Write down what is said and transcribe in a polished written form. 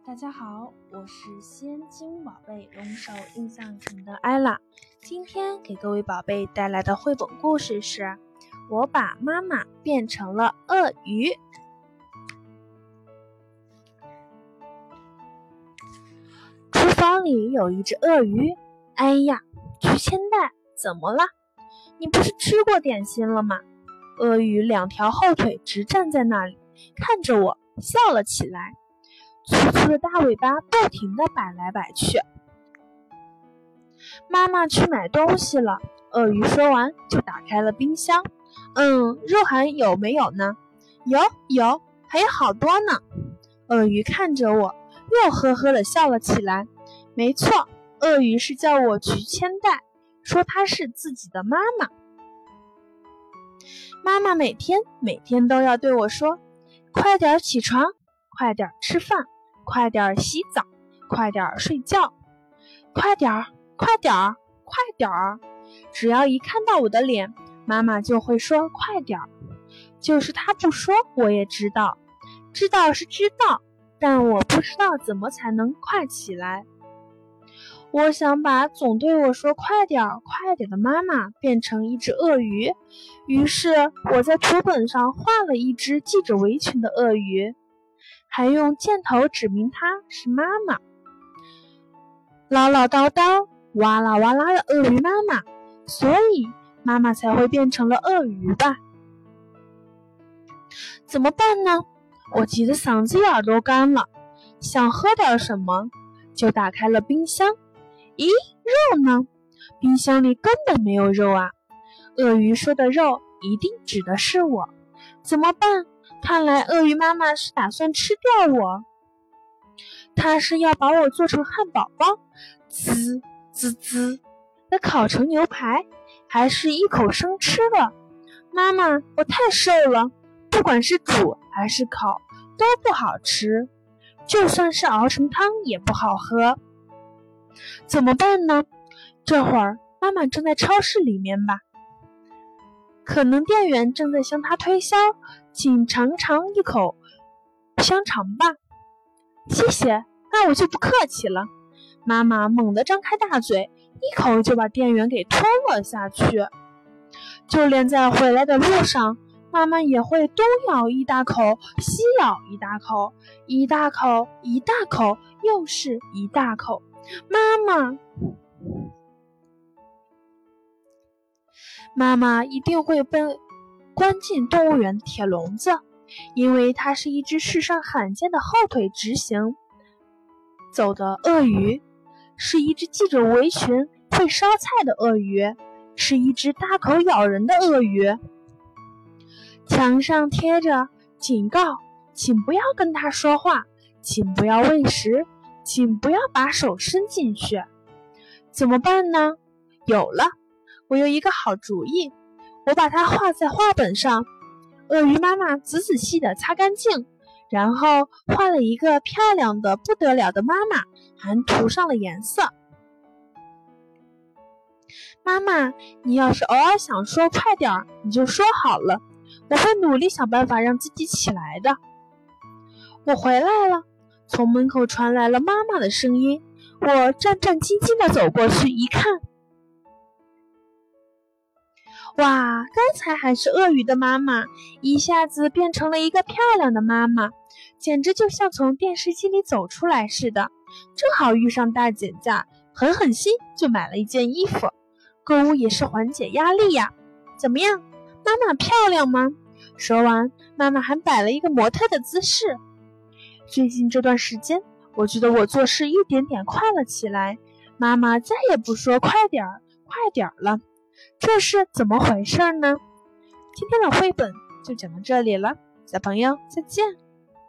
大家好，我是西安金乌宝贝龙首印象城的艾拉。今天给各位宝贝带来的绘本故事是我把妈妈变成了鳄鱼。厨房里有一只鳄鱼。哎呀，菊千代，怎么了？你不是吃过点心了吗？鳄鱼两条后腿直站在那里，看着我笑了起来，粗粗的大尾巴不停地摆来摆去。妈妈去买东西了。鳄鱼说完就打开了冰箱。肉还有没有呢？有，还有好多呢。鳄鱼看着我，又呵呵地笑了起来。没错，鳄鱼是叫我菊千代，说她是自己的妈妈。妈妈每天都要对我说，快点起床，快点吃饭，快点洗澡，快点睡觉，快点！只要一看到我的脸，妈妈就会说快点。就是她不说，我也知道。知道是知道，但我不知道怎么才能快起来。我想把总对我说快点的妈妈变成一只鳄鱼，于是我在图本上画了一只系着围裙的鳄鱼，还用箭头指明它是妈妈。唠唠叨叨，哇啦哇啦的鳄鱼妈妈，所以妈妈才会变成了鳄鱼吧？怎么办呢？我急得嗓子眼都干了，想喝点什么，就打开了冰箱。咦，肉呢？冰箱里根本没有肉啊！鳄鱼说的肉一定指的是我，怎么办？看来鳄鱼妈妈是打算吃掉我。她是要把我做成汉堡包，滋滋滋的烤成牛排，还是一口生吃了？妈妈，我太瘦了，不管是煮还是烤都不好吃，就算是熬成汤也不好喝。怎么办呢？这会儿妈妈正在超市里面吧，可能店员正在向她推销，请尝尝一口香肠吧。谢谢，那我就不客气了。妈妈猛地张开大嘴，一口就把店员给吞了下去。就连在回来的路上，妈妈也会东咬一大口，西咬一大口，一大口一大口，又是一大口。妈妈一定会被关进动物园铁笼子，因为它是一只世上罕见的后腿直行走的鳄鱼，是一只系着围裙会烧菜的鳄鱼，是一只大口咬人的鳄鱼。墙上贴着警告，请不要跟它说话，请不要喂食，请不要把手伸进去。怎么办呢？有了，我有一个好主意，我把它画在画本上。鳄鱼妈妈仔细地擦干净，然后画了一个漂亮的不得了的妈妈，还涂上了颜色。妈妈，你要是偶尔想说快点，你就说好了，我会努力想办法让自己起来的。我回来了，从门口传来了妈妈的声音。我战战兢兢地走过去一看，哇，刚才还是鳄鱼的妈妈，一下子变成了一个漂亮的妈妈，简直就像从电视机里走出来似的。正好遇上大减价，狠心就买了一件衣服。购物也是缓解压力呀。怎么样，妈妈漂亮吗？说完，妈妈还摆了一个模特的姿势。最近这段时间，我觉得我做事一点点快了起来，妈妈再也不说快点了，这是怎么回事呢？今天的绘本就讲到这里了，小朋友再见。